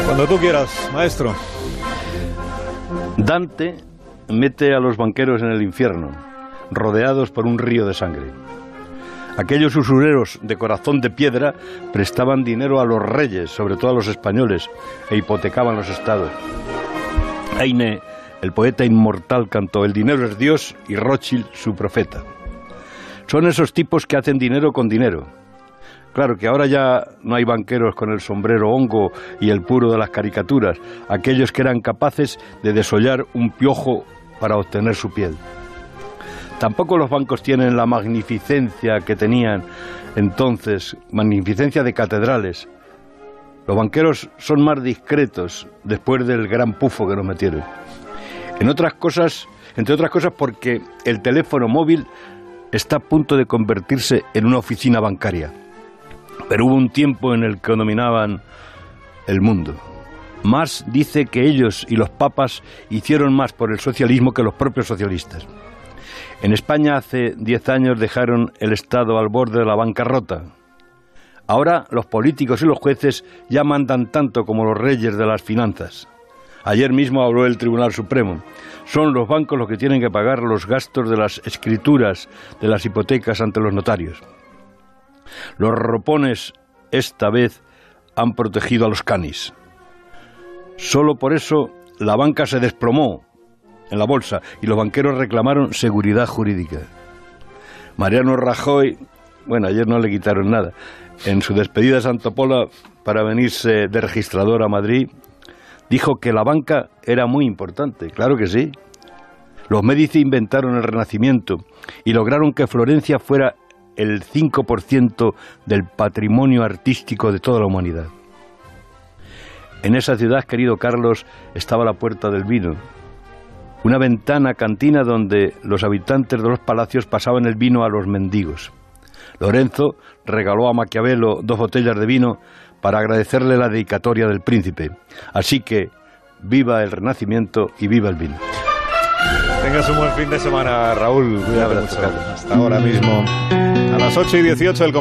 Cuando tú quieras, maestro. Dante mete a los banqueros en el infierno, rodeados por un río de sangre. Aquellos usureros de corazón de piedra prestaban dinero a los reyes, sobre todo a los españoles, e hipotecaban los estados. Heine, el poeta inmortal, cantó: el dinero es Dios y Rothschild su profeta. Son esos tipos que hacen dinero con dinero. Claro que ahora ya no hay banqueros con el sombrero hongo y el puro de las caricaturas, aquellos que eran capaces de desollar un piojo para obtener su piel. Tampoco los bancos tienen la magnificencia que tenían entonces, magnificencia de catedrales. Los banqueros son más discretos después del gran pufo que nos metieron. Entre otras cosas porque el teléfono móvil está a punto de convertirse en una oficina bancaria. Pero hubo un tiempo en el que dominaban el mundo. Marx dice que ellos y los papas hicieron más por el socialismo que los propios socialistas. En España hace 10 años dejaron el Estado al borde de la bancarrota. Ahora los políticos y los jueces ya mandan tanto como los reyes de las finanzas. Ayer mismo habló el Tribunal Supremo. Son los bancos los que tienen que pagar los gastos de las escrituras de las hipotecas ante los notarios. Los ropones esta vez han protegido a los canis. Solo por eso la banca se desplomó en la bolsa y los banqueros reclamaron seguridad jurídica. Mariano Rajoy, ayer no le quitaron nada. En su despedida de Santa Pola para venirse de registrador a Madrid, dijo que la banca era muy importante. Claro que sí. Los Médici inventaron el Renacimiento y lograron que Florencia fuera el 5% del patrimonio artístico de toda la humanidad. En esa ciudad, querido Carlos, estaba la Puerta del Vino, una ventana cantina donde los habitantes de los palacios pasaban el vino a los mendigos. Lorenzo regaló a Maquiavelo 2 botellas de vino para agradecerle la dedicatoria del príncipe. Así que viva el Renacimiento y viva el vino. Tengas un buen fin de semana, Raúl. Cuídate mucho. Hasta ahora mismo. A las 8:18 el